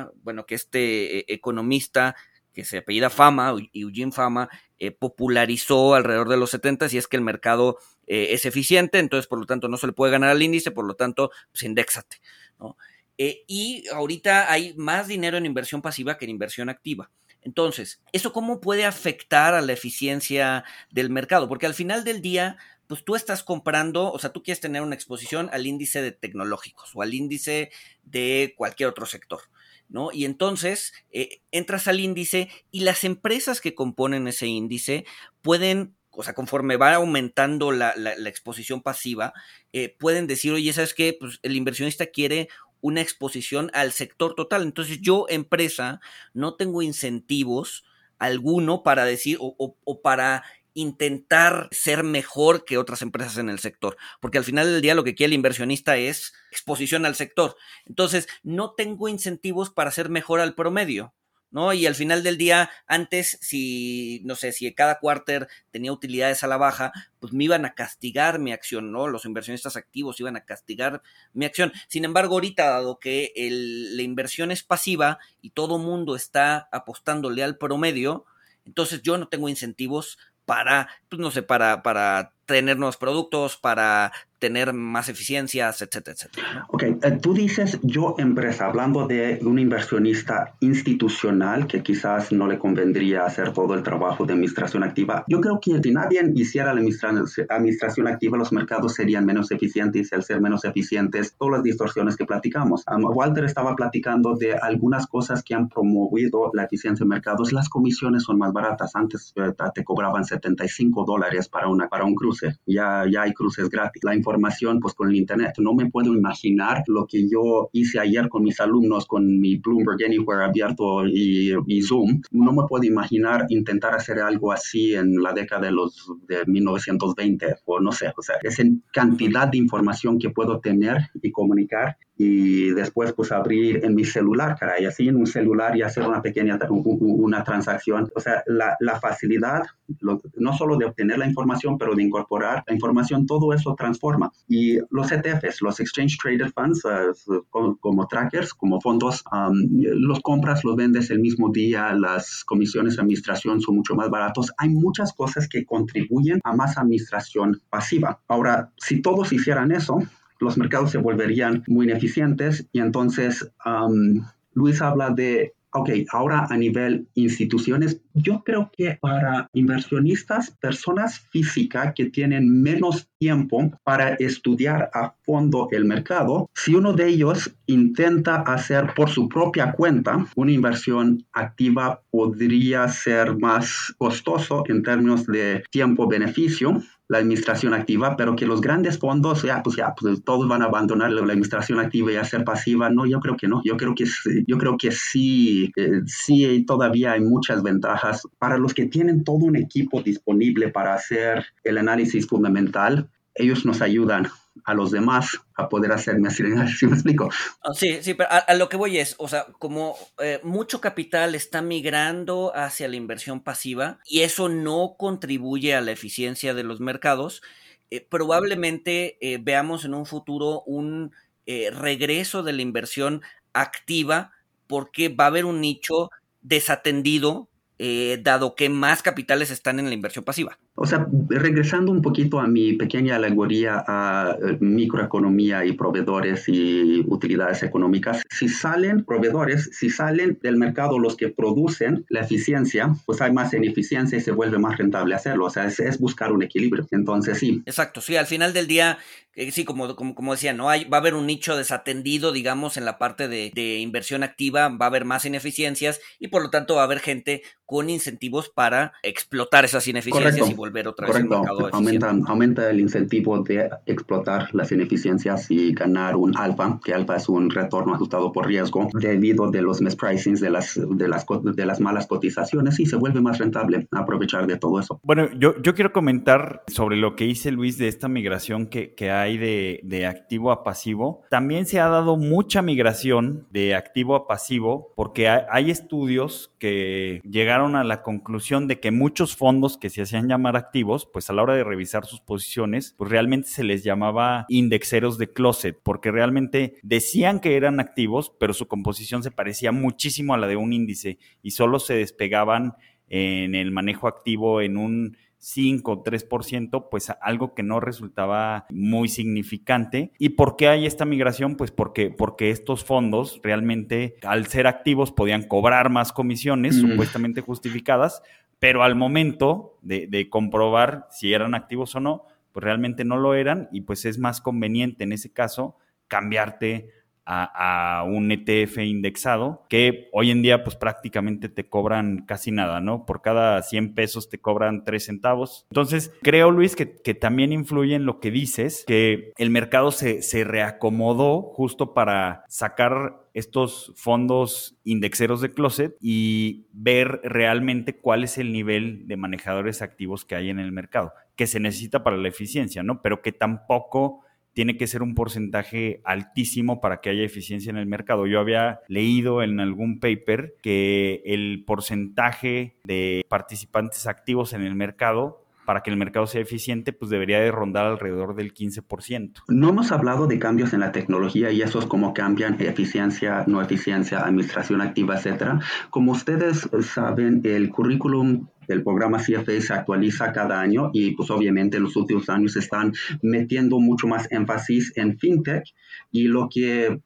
este economista que se apellida Fama, Eugene Fama, popularizó alrededor de los 70s, y es que el mercado es eficiente, entonces por lo tanto no se le puede ganar al índice, por lo tanto pues indéxate, ¿no? Y ahorita hay más dinero en inversión pasiva que en inversión activa. Entonces, ¿eso cómo puede afectar a la eficiencia del mercado? Porque al final del día, pues tú estás comprando, o sea, tú quieres tener una exposición al índice de tecnológicos o al índice de cualquier otro sector, ¿no? Y entonces entras al índice y las empresas que componen ese índice pueden, o sea, conforme va aumentando la exposición pasiva, pueden decir, oye, ¿sabes qué? Pues el inversionista quiere una exposición al sector total. Entonces yo, empresa, no tengo incentivos alguno para decir o para intentar ser mejor que otras empresas en el sector, porque al final del día lo que quiere el inversionista es exposición al sector. Entonces no tengo incentivos para ser mejor al promedio, ¿no? Y al final del día, antes, si, no sé, si cada quarter tenía utilidades a la baja, pues me iban a castigar mi acción, ¿no? Los inversionistas activos iban a castigar mi acción. Sin embargo, ahorita, dado que la inversión es pasiva y todo mundo está apostándole al promedio, entonces yo no tengo incentivos para, pues no sé, para tener nuevos productos, para tener más eficiencias, etcétera, etcétera, ¿no? Ok, tú dices yo empresa, hablando de un inversionista institucional que quizás no le convendría hacer todo el trabajo de administración activa. Yo creo que si nadie hiciera la administración activa, los mercados serían menos eficientes y al ser menos eficientes, todas las distorsiones que platicamos. Walter estaba platicando de algunas cosas que han promovido la eficiencia de mercados. Las comisiones son más baratas. Antes te cobraban $75 para un cruce. Ya hay cruces gratis. La información, pues con el internet. No me puedo imaginar lo que yo hice ayer con mis alumnos, con mi Bloomberg Anywhere abierto y Zoom. No me puedo imaginar intentar hacer algo así en la década de 1920 o no sé. O sea, esa cantidad de información que puedo tener y comunicar y después pues abrir en mi celular, caray, así en un celular y hacer una transacción. O sea, la facilidad, no solo de obtener la información, pero de incorporar la información, todo eso transforma. Y los ETFs, los Exchange Traded Funds, como trackers, como fondos, los compras, los vendes el mismo día, las comisiones de administración son mucho más baratos. Hay muchas cosas que contribuyen a más administración pasiva. Ahora, si todos hicieran eso, los mercados se volverían muy ineficientes y entonces Luis habla de, ok, ahora a nivel instituciones, yo creo que para inversionistas, personas físicas que tienen menos tiempo para estudiar a fondo el mercado, si uno de ellos intenta hacer por su propia cuenta una inversión activa, podría ser más costoso en términos de tiempo-beneficio, la administración activa, pero que los grandes fondos, pues todos van a abandonar la administración activa y hacer pasiva. No, yo creo que no. Yo creo que sí, sí todavía hay muchas ventajas para los que tienen todo un equipo disponible para hacer el análisis fundamental. Ellos nos ayudan a los demás a poder hacer mi análisis. ¿Sí me explico? Sí, pero a lo que voy es, o sea, como mucho capital está migrando hacia la inversión pasiva y eso no contribuye a la eficiencia de los mercados, probablemente veamos en un futuro un regreso de la inversión activa porque va a haber un nicho desatendido, dado que más capitales están en la inversión pasiva. O sea, regresando un poquito a mi pequeña alegoría a microeconomía y proveedores y utilidades económicas, si salen del mercado los que producen la eficencia, pues hay más ineficiencia y se vuelve más rentable hacerlo. O sea, es buscar un equilibrio. Entonces, sí. Exacto, sí, al final del día, sí, como decía, ¿no? Va a haber un nicho desatendido, digamos, en la parte de inversión activa, va a haber más ineficiencias y por lo tanto va a haber gente con incentivos para explotar esas ineficiencias. Correcto. Y volver otra vez al mercado eficiente. Aumenta el incentivo de explotar las ineficiencias y ganar un alfa, que alfa es un retorno ajustado por riesgo debido de los mispricings de las malas cotizaciones y se vuelve más rentable aprovechar de todo eso. Bueno, yo quiero comentar sobre lo que dice Luis de esta migración que hay de activo a pasivo. También se ha dado mucha migración de activo a pasivo porque hay estudios que llegaron a la conclusión de que muchos fondos que se hacían llamar activos, pues a la hora de revisar sus posiciones, pues realmente se les llamaba indexeros de closet, porque realmente decían que eran activos, pero su composición se parecía muchísimo a la de un índice y solo se despegaban en el manejo activo en un 5 o 3%, pues algo que no resultaba muy significante. ¿Y por qué hay esta migración? Pues porque estos fondos realmente, al ser activos, podían cobrar más comisiones supuestamente justificadas, pero al momento de comprobar si eran activos o no, pues realmente no lo eran, y pues es más conveniente en ese caso cambiarte a un ETF indexado, que hoy en día pues prácticamente te cobran casi nada, ¿no? Por cada 100 pesos te cobran 3 centavos. Entonces, creo, Luis, que también influye en lo que dices, que el mercado se reacomodó justo para sacar estos fondos indexeros de closet y ver realmente cuál es el nivel de manejadores activos que hay en el mercado, que se necesita para la eficiencia, ¿no? Pero que tampoco tiene que ser un porcentaje altísimo para que haya eficiencia en el mercado. Yo había leído en algún paper que el porcentaje de participantes activos en el mercado, para que el mercado sea eficiente, pues debería de rondar alrededor del 15%. No hemos hablado de cambios en la tecnología y eso es cómo cambian eficiencia, no eficiencia, administración activa, etcétera. Como ustedes saben, el currículum del programa CFA se actualiza cada año y pues obviamente en los últimos años están metiendo mucho más énfasis en fintech, y lo que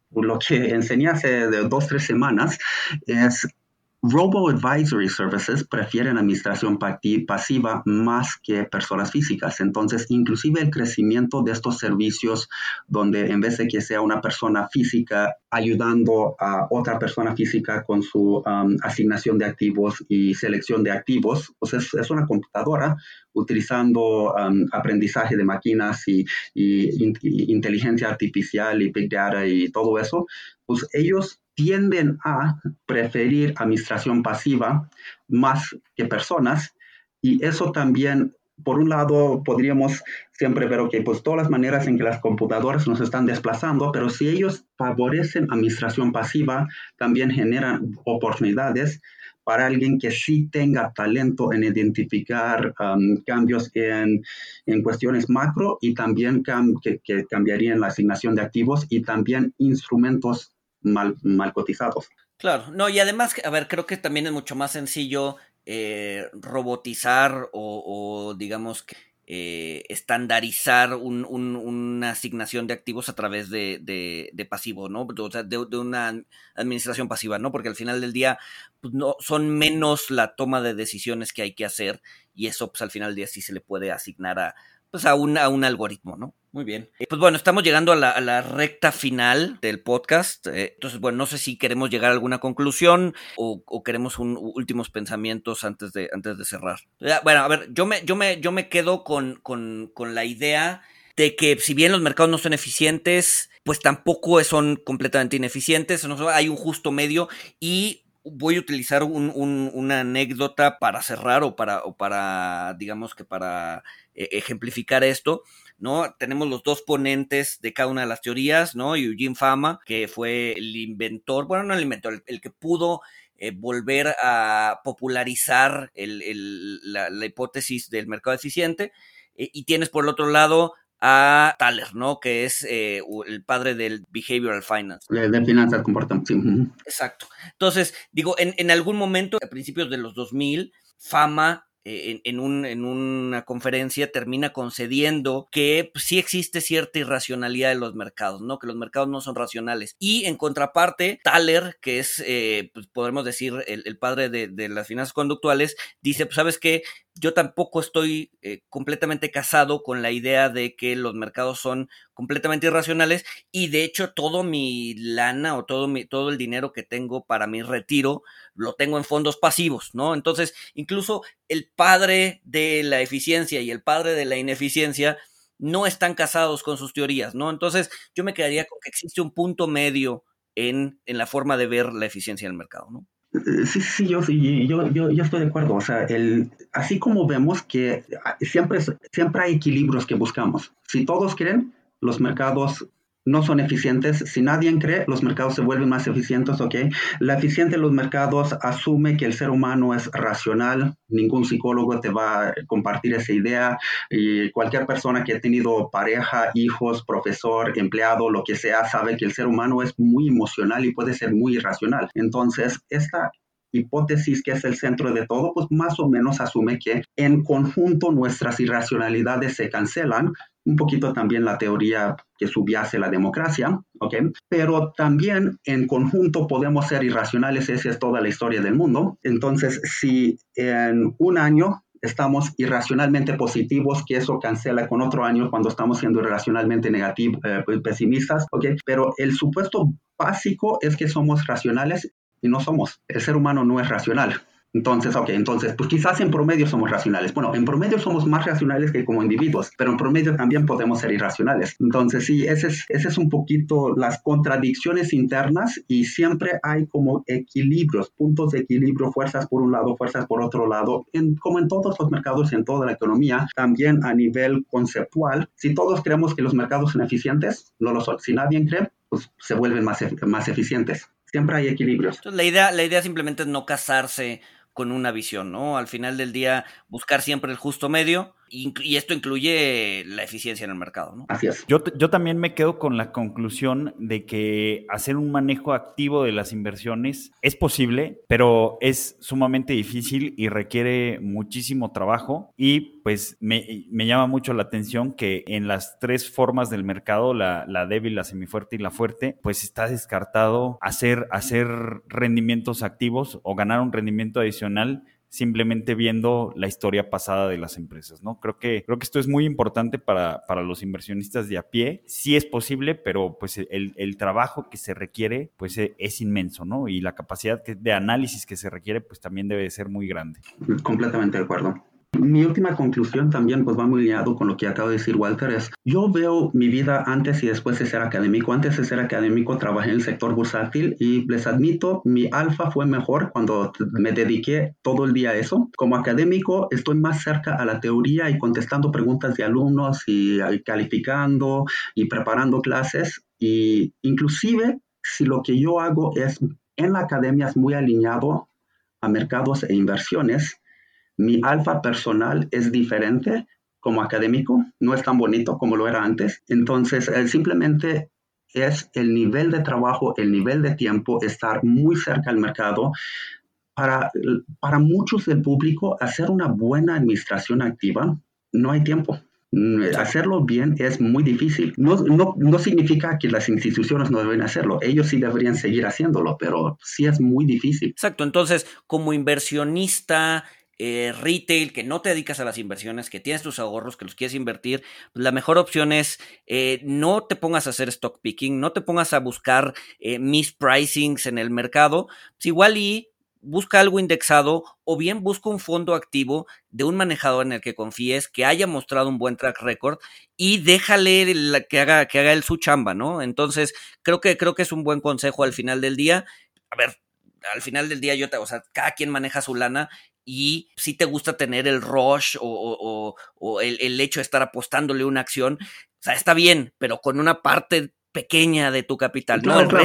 enseñé hace 2-3 semanas es Robo-advisory services prefieren administración pasiva más que personas físicas. Entonces, inclusive el crecimiento de estos servicios donde en vez de que sea una persona física ayudando a otra persona física con su asignación de activos y selección de activos, pues es una computadora utilizando aprendizaje de máquinas y inteligencia artificial y big data y todo eso, pues ellos tienden a preferir administración pasiva más que personas, y eso también, por un lado, podríamos siempre ver, pues todas las maneras en que las computadoras nos están desplazando, pero si ellos favorecen administración pasiva, también generan oportunidades para alguien que sí tenga talento en identificar cambios en cuestiones macro, y también que cambiarían la asignación de activos y también instrumentos mal cotizados. Claro, no, y además, a ver, creo que también es mucho más sencillo robotizar o digamos que estandarizar una asignación de activos a través de pasivo, ¿no? O sea, de una administración pasiva, ¿no? Porque al final del día pues, no, son menos la toma de decisiones que hay que hacer, y eso pues al final del día sí se le puede asignar a un algoritmo, ¿no? Muy bien. Pues bueno, estamos llegando a la recta final del podcast. Entonces, bueno, no sé si queremos llegar a alguna conclusión o queremos últimos pensamientos antes de cerrar. Bueno, a ver, yo me quedo con la idea de que si bien los mercados no son eficientes, pues tampoco son completamente ineficientes. ¿No? Hay un justo medio, y voy a utilizar una anécdota para cerrar o para digamos que para ejemplificar esto, ¿no? Tenemos los dos ponentes de cada una de las teorías, ¿no? Eugene Fama, que fue el inventor, bueno, no el inventor, el que pudo volver a popularizar la hipótesis del mercado eficiente, y tienes por el otro lado a Thaler, ¿no? Que es el padre del behavioral finance. De finanzas comportamiento. Sí. Exacto. Entonces, digo, en algún momento, a principios de los 2000, Fama en una conferencia termina concediendo que pues, sí existe cierta irracionalidad de los mercados, ¿no? Que los mercados no son racionales. Y en contraparte, Thaler, que es, pues, podemos decir, el padre de las finanzas conductuales, dice, pues, ¿sabes qué? Yo tampoco estoy completamente casado con la idea de que los mercados son completamente irracionales, y de hecho todo mi lana o todo el dinero que tengo para mi retiro lo tengo en fondos pasivos, ¿no? Entonces, incluso el padre de la eficiencia y el padre de la ineficiencia no están casados con sus teorías, ¿no? Entonces, yo me quedaría con que existe un punto medio en la forma de ver la eficiencia del mercado, ¿no? Sí, yo estoy de acuerdo. O sea, así como vemos que siempre hay equilibrios que buscamos. Si todos creen, los mercados no son eficientes. Si nadie cree, los mercados se vuelven más eficientes, ¿ok? La eficiencia de los mercados asume que el ser humano es racional. Ningún psicólogo te va a compartir esa idea. Y cualquier persona que ha tenido pareja, hijos, profesor, empleado, lo que sea, sabe que el ser humano es muy emocional y puede ser muy irracional. Entonces, esta hipótesis que es el centro de todo, pues más o menos asume que en conjunto nuestras irracionalidades se cancelan. Un poquito también la teoría que subyace la democracia, ¿ok? Pero también en conjunto podemos ser irracionales, esa es toda la historia del mundo. Entonces, si en un año estamos irracionalmente positivos, que eso cancela con otro año cuando estamos siendo irracionalmente negativos, pesimistas, ¿ok? Pero el supuesto básico es que somos racionales y no somos. El ser humano no es racional. Entonces, pues quizás en promedio somos racionales. Bueno, en promedio somos más racionales que como individuos, pero en promedio también podemos ser irracionales. Entonces, sí, ese es un poquito las contradicciones internas y siempre hay como equilibrios, puntos de equilibrio, fuerzas por un lado, fuerzas por otro lado, como en todos los mercados y en toda la economía, también a nivel conceptual. Si todos creemos que los mercados son eficientes, no lo son. Si nadie cree, pues se vuelven más eficientes. Siempre hay equilibrios. Entonces, la idea simplemente es no casarse con una visión, ¿no? Al final del día, buscar siempre el justo medio, y esto incluye la eficiencia en el mercado, ¿no? Así es. Yo también me quedo con la conclusión de que hacer un manejo activo de las inversiones es posible, pero es sumamente difícil y requiere muchísimo trabajo. Y pues me llama mucho la atención que en las tres formas del mercado, la débil, la semifuerte y la fuerte, pues está descartado hacer rendimientos activos o ganar un rendimiento adicional simplemente viendo la historia pasada de las empresas, ¿no? Creo que esto es muy importante para los inversionistas de a pie. Sí es posible, pero pues el trabajo que se requiere pues es inmenso, ¿no? Y la capacidad de análisis que se requiere pues también debe de ser muy grande. Completamente de acuerdo. Mi última conclusión también pues va muy ligado con lo que acaba de decir Walter, es yo veo mi vida antes y después de ser académico. Antes de ser académico trabajé en el sector bursátil y les admito, mi alfa fue mejor cuando me dediqué todo el día a eso. Como académico estoy más cerca a la teoría y contestando preguntas de alumnos y calificando y preparando clases, y inclusive si lo que yo hago es en la academia es muy alineado a mercados e inversiones, mi alfa personal es diferente como académico, no es tan bonito como lo era antes. Entonces, simplemente es el nivel de trabajo, el nivel de tiempo, estar muy cerca al mercado. Para muchos del público, hacer una buena administración activa, no hay tiempo. Hacerlo bien es muy difícil. No significa que las instituciones no deben hacerlo. Ellos sí deberían seguir haciéndolo, pero sí es muy difícil. Exacto. Entonces, como inversionista, retail, que no te dedicas a las inversiones, que tienes tus ahorros, que los quieres invertir, pues la mejor opción es no te pongas a hacer stock picking, no te pongas a buscar mispricings en el mercado. Pues igual y busca algo indexado o bien busca un fondo activo de un manejador en el que confíes, que haya mostrado un buen track record y déjale que haga él su chamba, ¿no? Entonces, creo que es un buen consejo al final del día. A ver, al final del día cada quien maneja su lana, y si te gusta tener el rush o el hecho de estar apostándole una acción, o sea, está bien, pero con una parte pequeña de tu capital, claro, ¿no?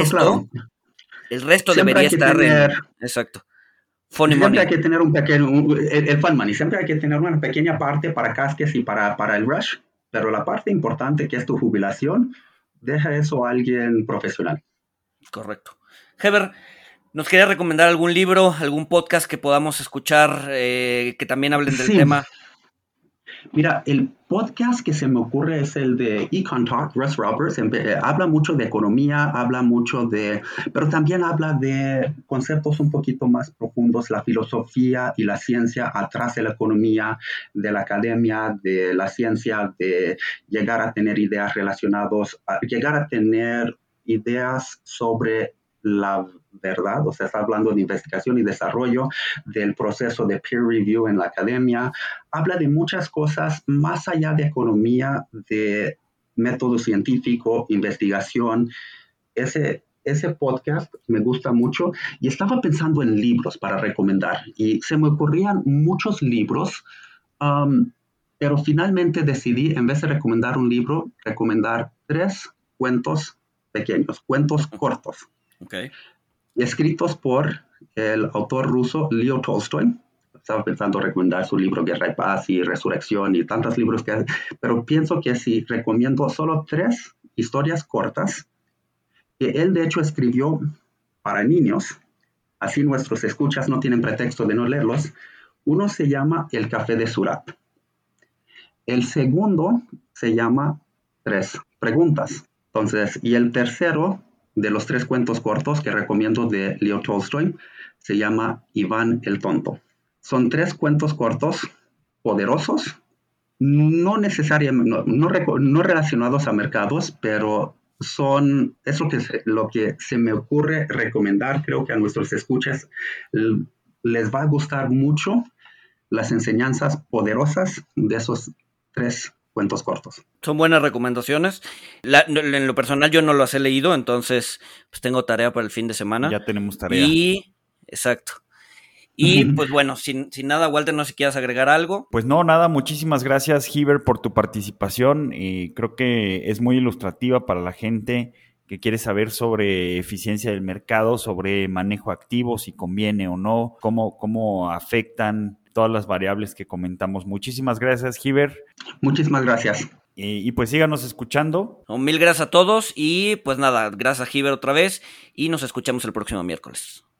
El resto siempre debería estar tener, exacto. Funny siempre money. Hay que tener el fun money, siempre hay que tener una pequeña parte para casques y para el rush, pero la parte importante que es tu jubilación, deja eso a alguien profesional. Correcto. Heber, ¿nos quería recomendar algún libro, algún podcast que podamos escuchar que también hablen del tema? Mira, el podcast que se me ocurre es el de Econ Talk, Russ Roberts. Habla mucho de economía, pero también habla de conceptos un poquito más profundos, la filosofía y la ciencia atrás de la economía, de la academia, de la ciencia, de llegar a tener ideas relacionadas, llegar a tener ideas sobre la verdad, o sea, está hablando de investigación y desarrollo, del proceso de peer review en la academia, habla de muchas cosas más allá de economía, de método científico, investigación. Ese podcast me gusta mucho y estaba pensando en libros para recomendar y se me ocurrían muchos libros, pero finalmente decidí, en vez de recomendar un libro, recomendar 3 cuentos pequeños, cuentos cortos. Okay. Escritos por el autor ruso Leo Tolstoy. Estaba pensando recomendar su libro Guerra y Paz y Resurrección y tantos libros que pero pienso que si recomiendo solo 3 historias cortas que él de hecho escribió para niños, así nuestros escuchas no tienen pretexto de no leerlos. Uno se llama El Café de Surat. El segundo se llama Tres Preguntas. Entonces, y el tercero de los 3 cuentos cortos que recomiendo de Leo Tolstoy se llama Iván el Tonto. Son 3 cuentos cortos poderosos, no necesariamente, no relacionados a mercados, pero es lo que se me ocurre recomendar. Creo que a nuestros escuchas les va a gustar mucho las enseñanzas poderosas de esos 3 cuentos cortos. Son buenas recomendaciones. En lo personal yo no los he leído, entonces pues tengo tarea para el fin de semana. Ya tenemos tarea. Exacto. Y pues bueno, sin nada, Walter, no sé si quieras agregar algo. Pues no, nada, muchísimas gracias, Giver, por tu participación. Creo que es muy ilustrativa para la gente que quiere saber sobre eficiencia del mercado, sobre manejo activo, si conviene o no, cómo afectan todas las variables que comentamos. Muchísimas gracias, Giver. Muchísimas gracias. Y pues síganos escuchando. Mil gracias a todos y pues nada, gracias a Giver otra vez y nos escuchamos el próximo miércoles.